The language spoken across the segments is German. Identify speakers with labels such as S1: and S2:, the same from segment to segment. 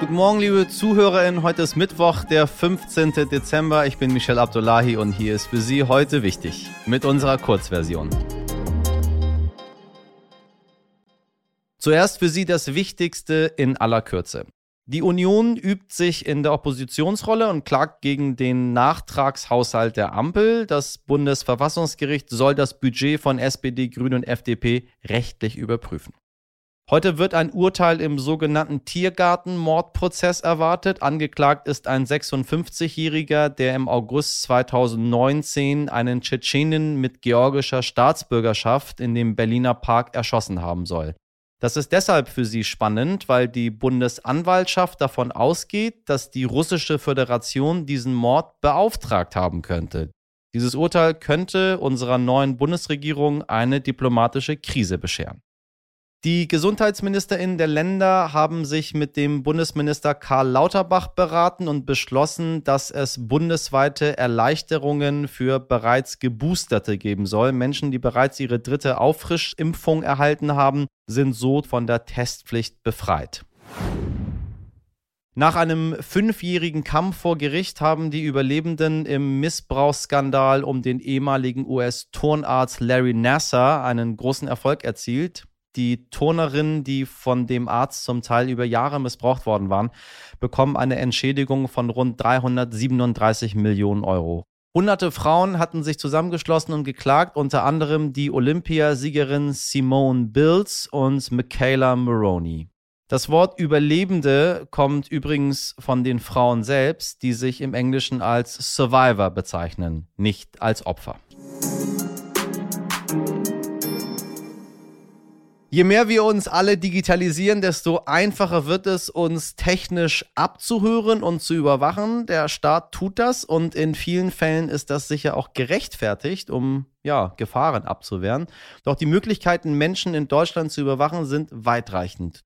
S1: Guten Morgen, liebe ZuhörerInnen. Heute ist Mittwoch, der 15. Dezember. Ich bin Michel Abdullahi und hier ist für Sie heute wichtig mit unserer Kurzversion. Zuerst für Sie das Wichtigste in aller Kürze. Die Union übt sich in der Oppositionsrolle und klagt gegen den Nachtragshaushalt der Ampel. Das Bundesverfassungsgericht soll das Budget von SPD, Grünen und FDP rechtlich überprüfen. Heute wird ein Urteil im sogenannten Tiergarten-Mordprozess erwartet. Angeklagt ist ein 56-Jähriger, der im August 2019 einen Tschetschenen mit georgischer Staatsbürgerschaft in dem Berliner Park erschossen haben soll. Das ist deshalb für Sie spannend, weil die Bundesanwaltschaft davon ausgeht, dass die russische Föderation diesen Mord beauftragt haben könnte. Dieses Urteil könnte unserer neuen Bundesregierung eine diplomatische Krise bescheren. Die GesundheitsministerInnen der Länder haben sich mit dem Bundesminister Karl Lauterbach beraten und beschlossen, dass es bundesweite Erleichterungen für bereits Geboosterte geben soll. Menschen, die bereits ihre 3. Auffrischimpfung erhalten haben, sind so von der Testpflicht befreit. Nach einem 5-jährigen Kampf vor Gericht haben die Überlebenden im Missbrauchsskandal um den ehemaligen US-Turnarzt Larry Nassar einen großen Erfolg erzielt. Die Turnerinnen, die von dem Arzt zum Teil über Jahre missbraucht worden waren, bekommen eine Entschädigung von rund 337 Millionen Euro. Hunderte Frauen hatten sich zusammengeschlossen und geklagt, unter anderem die Olympiasiegerin Simone Biles und Michaela Maroney. Das Wort Überlebende kommt übrigens von den Frauen selbst, die sich im Englischen als Survivor bezeichnen, nicht als Opfer. Je mehr wir uns alle digitalisieren, desto einfacher wird es, uns technisch abzuhören und zu überwachen. Der Staat tut das und in vielen Fällen ist das sicher auch gerechtfertigt, um Gefahren abzuwehren. Doch die Möglichkeiten, Menschen in Deutschland zu überwachen, sind weitreichend.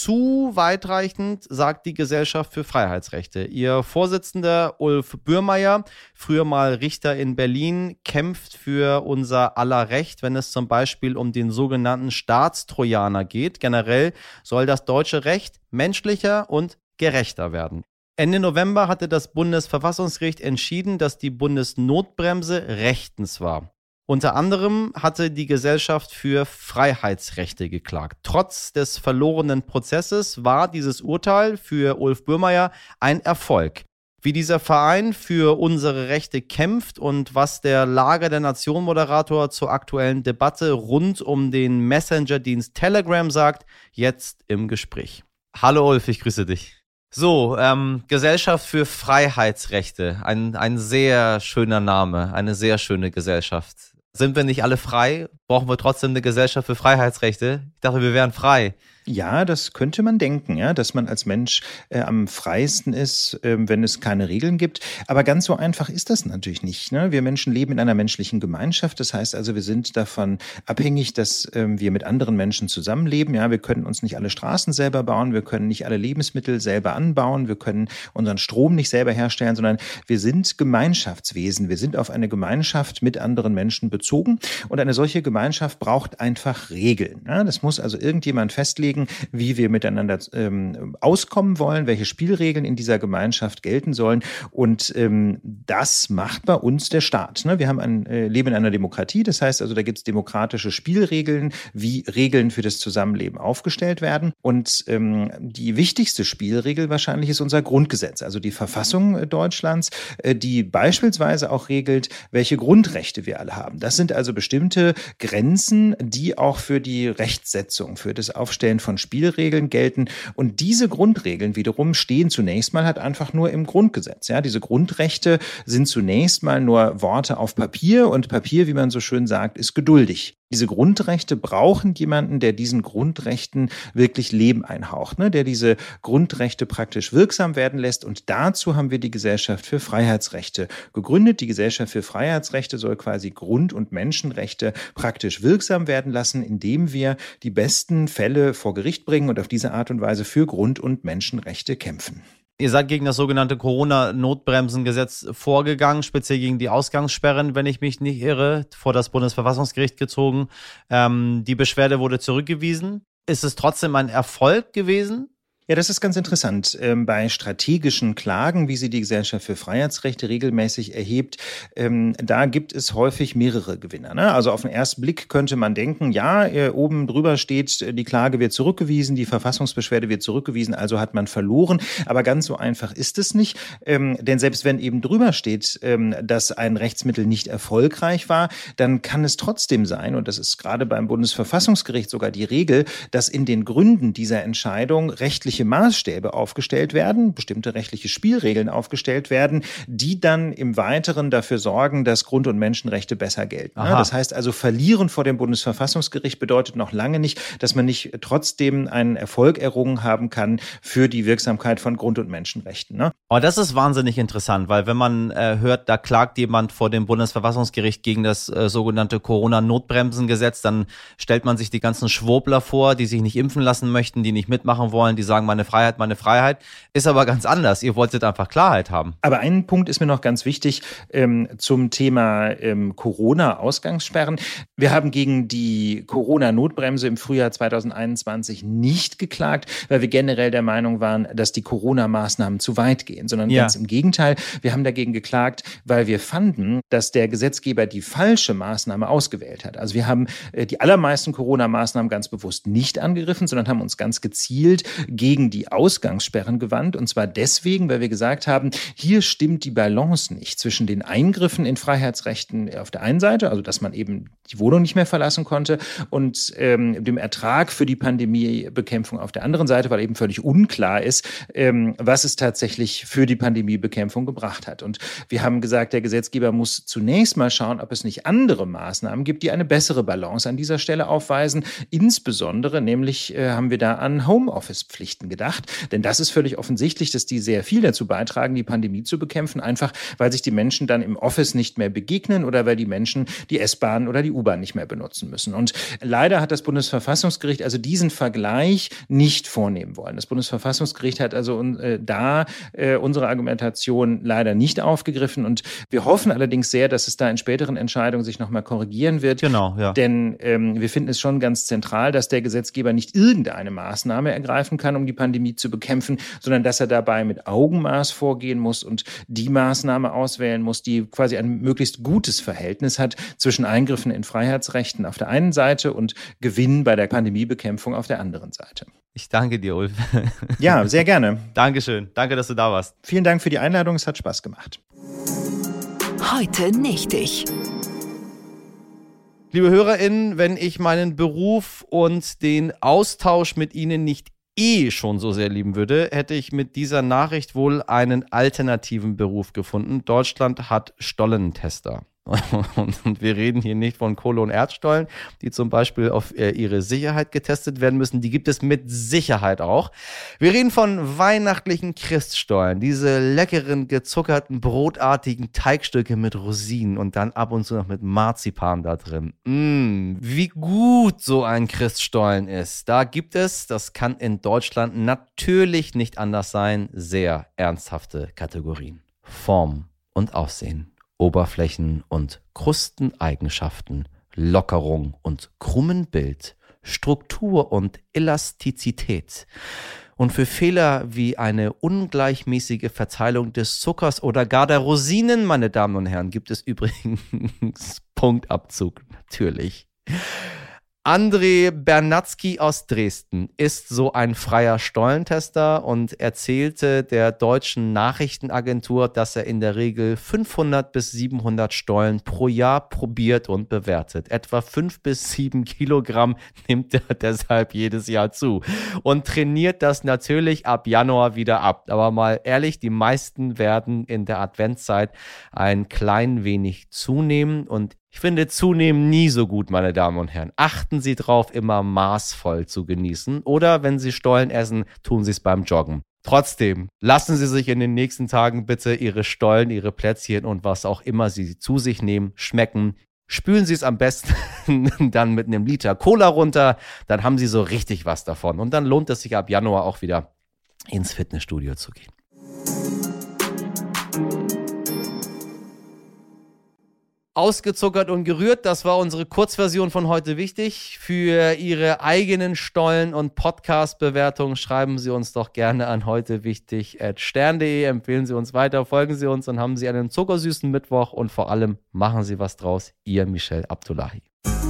S1: Zu weitreichend, sagt die Gesellschaft für Freiheitsrechte. Ihr Vorsitzender Ulf Bürmeier, früher mal Richter in Berlin, kämpft für unser aller Recht, wenn es zum Beispiel um den sogenannten Staatstrojaner geht. Generell soll das deutsche Recht menschlicher und gerechter werden. Ende November hatte das Bundesverfassungsgericht entschieden, dass die Bundesnotbremse rechtens war. Unter anderem hatte die Gesellschaft für Freiheitsrechte geklagt. Trotz des verlorenen Prozesses war dieses Urteil für Ulf Bürmeier ein Erfolg. Wie dieser Verein für unsere Rechte kämpft und was der Lage der Nation-Moderator zur aktuellen Debatte rund um den Messenger-Dienst Telegram sagt, jetzt im Gespräch. Hallo Ulf, ich grüße dich. So, Gesellschaft für Freiheitsrechte, ein sehr schöner Name, eine sehr schöne Gesellschaft. Sind wir nicht alle frei? Brauchen wir trotzdem eine Gesellschaft für Freiheitsrechte? Ich dachte, wir wären frei.
S2: Ja, das könnte man denken, ja, dass man als Mensch am freiesten ist, wenn es keine Regeln gibt. Aber ganz so einfach ist das natürlich nicht, ne? Wir Menschen leben in einer menschlichen Gemeinschaft. Das heißt also, wir sind davon abhängig, dass wir mit anderen Menschen zusammenleben. Ja, wir können uns nicht alle Straßen selber bauen, wir können nicht alle Lebensmittel selber anbauen, wir können unseren Strom nicht selber herstellen, sondern wir sind Gemeinschaftswesen. Wir sind auf eine Gemeinschaft mit anderen Menschen bezogen. Und eine solche Gemeinschaft braucht einfach Regeln. Ja, das muss also irgendjemand festlegen, wie wir miteinander auskommen wollen, welche Spielregeln in dieser Gemeinschaft gelten sollen. Und das macht bei uns der Staat. Ne? Wir haben leben in einer Demokratie, das heißt also, da gibt es demokratische Spielregeln, wie Regeln für das Zusammenleben aufgestellt werden. Und die wichtigste Spielregel wahrscheinlich ist unser Grundgesetz, also die Verfassung Deutschlands, die beispielsweise auch regelt, welche Grundrechte wir alle haben. Das sind also bestimmte Grenzen, die auch für die Rechtsetzung, für das Aufstellen von Spielregeln gelten. Und diese Grundregeln wiederum stehen zunächst mal halt einfach nur im Grundgesetz. Ja, diese Grundrechte sind zunächst mal nur Worte auf Papier und Papier, wie man so schön sagt, ist geduldig. Diese Grundrechte brauchen jemanden, der diesen Grundrechten wirklich Leben einhaucht, ne? Der diese Grundrechte praktisch wirksam werden lässt. Und dazu haben wir die Gesellschaft für Freiheitsrechte gegründet. Die Gesellschaft für Freiheitsrechte soll quasi Grund- und Menschenrechte praktisch wirksam werden lassen, indem wir die besten Fälle vor Gericht bringen und auf diese Art und Weise für Grund- und Menschenrechte kämpfen.
S1: Ihr seid gegen das sogenannte Corona-Notbremsengesetz vorgegangen, speziell gegen die Ausgangssperren, wenn ich mich nicht irre, vor das Bundesverfassungsgericht gezogen. Die Beschwerde wurde zurückgewiesen. Ist es trotzdem ein Erfolg gewesen?
S2: Ja, das ist ganz interessant. Bei strategischen Klagen, wie sie die Gesellschaft für Freiheitsrechte regelmäßig erhebt, da gibt es häufig mehrere Gewinner. Ne? Also auf den ersten Blick könnte man denken, ja, oben drüber steht, die Klage wird zurückgewiesen, die Verfassungsbeschwerde wird zurückgewiesen, also hat man verloren. Aber ganz so einfach ist es nicht. Denn selbst wenn eben drüber steht, dass ein Rechtsmittel nicht erfolgreich war, dann kann es trotzdem sein, und das ist gerade beim Bundesverfassungsgericht sogar die Regel, dass in den Gründen dieser Entscheidung rechtliche Maßstäbe aufgestellt werden, bestimmte rechtliche Spielregeln aufgestellt werden, die dann im Weiteren dafür sorgen, dass Grund- und Menschenrechte besser gelten. Aha. Das heißt also, verlieren vor dem Bundesverfassungsgericht bedeutet noch lange nicht, dass man nicht trotzdem einen Erfolg errungen haben kann für die Wirksamkeit von Grund- und Menschenrechten. Ne?
S1: Aber das ist wahnsinnig interessant, weil wenn man hört, da klagt jemand vor dem Bundesverfassungsgericht gegen das sogenannte Corona-Notbremsengesetz, dann stellt man sich die ganzen Schwurbler vor, die sich nicht impfen lassen möchten, die nicht mitmachen wollen, die sagen, meine Freiheit, ist aber ganz anders. Ihr wolltet einfach Klarheit haben.
S2: Aber ein Punkt ist mir noch ganz wichtig zum Thema Corona-Ausgangssperren. Wir haben gegen die Corona-Notbremse im Frühjahr 2021 nicht geklagt, weil wir generell der Meinung waren, dass die Corona-Maßnahmen zu weit gehen, sondern ganz im Gegenteil. Wir haben dagegen geklagt, weil wir fanden, dass der Gesetzgeber die falsche Maßnahme ausgewählt hat. Also wir haben die allermeisten Corona-Maßnahmen ganz bewusst nicht angegriffen, sondern haben uns ganz gezielt gegen die Ausgangssperren gewandt. Und zwar deswegen, weil wir gesagt haben, hier stimmt die Balance nicht zwischen den Eingriffen in Freiheitsrechten auf der einen Seite, also dass man eben die Wohnung nicht mehr verlassen konnte, und dem Ertrag für die Pandemiebekämpfung auf der anderen Seite, weil eben völlig unklar ist, was es tatsächlich für die Pandemiebekämpfung gebracht hat. Und wir haben gesagt, der Gesetzgeber muss zunächst mal schauen, ob es nicht andere Maßnahmen gibt, die eine bessere Balance an dieser Stelle aufweisen. Insbesondere nämlich haben wir da an Homeoffice-Pflichten gedacht. Denn das ist völlig offensichtlich, dass die sehr viel dazu beitragen, die Pandemie zu bekämpfen, einfach weil sich die Menschen dann im Office nicht mehr begegnen oder weil die Menschen die S-Bahn oder die U-Bahn nicht mehr benutzen müssen. Und leider hat das Bundesverfassungsgericht also diesen Vergleich nicht vornehmen wollen. Das Bundesverfassungsgericht hat also unsere Argumentation leider nicht aufgegriffen, und wir hoffen allerdings sehr, dass es da in späteren Entscheidungen sich nochmal korrigieren wird.
S1: Genau, ja.
S2: Denn wir finden es schon ganz zentral, dass der Gesetzgeber nicht irgendeine Maßnahme ergreifen kann, um die Pandemie zu bekämpfen, sondern dass er dabei mit Augenmaß vorgehen muss und die Maßnahme auswählen muss, die quasi ein möglichst gutes Verhältnis hat zwischen Eingriffen in Freiheitsrechten auf der einen Seite und Gewinn bei der Pandemiebekämpfung auf der anderen Seite.
S1: Ich danke dir, Ulf.
S2: Ja, sehr gerne.
S1: Dankeschön. Danke, dass du da warst.
S2: Vielen Dank für die Einladung. Es hat Spaß gemacht.
S3: Heute nichtig.
S1: Liebe HörerInnen, wenn ich meinen Beruf und den Austausch mit Ihnen nicht schon so sehr lieben würde, hätte ich mit dieser Nachricht wohl einen alternativen Beruf gefunden. Deutschland hat Stollentester. Und wir reden hier nicht von Kohle- und Erdstollen, die zum Beispiel auf ihre Sicherheit getestet werden müssen. Die gibt es mit Sicherheit auch. Wir reden von weihnachtlichen Christstollen, diese leckeren, gezuckerten, brotartigen Teigstücke mit Rosinen und dann ab und zu noch mit Marzipan da drin. Wie gut so ein Christstollen ist. Da gibt es, das kann in Deutschland natürlich nicht anders sein, sehr ernsthafte Kategorien. Form und Aussehen. Oberflächen- und Krusteneigenschaften, Lockerung und Krummenbild, Struktur und Elastizität. Und für Fehler wie eine ungleichmäßige Verteilung des Zuckers oder gar der Rosinen, meine Damen und Herren, gibt es übrigens Punktabzug, natürlich. André Bernatzky aus Dresden ist so ein freier Stollentester und erzählte der deutschen Nachrichtenagentur, dass er in der Regel 500 bis 700 Stollen pro Jahr probiert und bewertet. Etwa 5 bis 7 Kilogramm nimmt er deshalb jedes Jahr zu und trainiert das natürlich ab Januar wieder ab. Aber mal ehrlich, die meisten werden in der Adventszeit ein klein wenig zunehmen, und ich finde zunehmen nie so gut, meine Damen und Herren. Achten Sie drauf, immer maßvoll zu genießen. Oder wenn Sie Stollen essen, tun Sie es beim Joggen. Trotzdem, lassen Sie sich in den nächsten Tagen bitte Ihre Stollen, Ihre Plätzchen und was auch immer Sie zu sich nehmen, schmecken. Spülen Sie es am besten dann mit einem Liter Cola runter. Dann haben Sie so richtig was davon. Und dann lohnt es sich ab Januar auch wieder ins Fitnessstudio zu gehen. Ausgezuckert und gerührt, das war unsere Kurzversion von heute wichtig. Für Ihre eigenen Stollen- und Podcast-Bewertungen schreiben Sie uns doch gerne an heutewichtig@stern.de. Empfehlen Sie uns weiter, folgen Sie uns und haben Sie einen zuckersüßen Mittwoch und vor allem machen Sie was draus. Ihr Michel Abdullahi.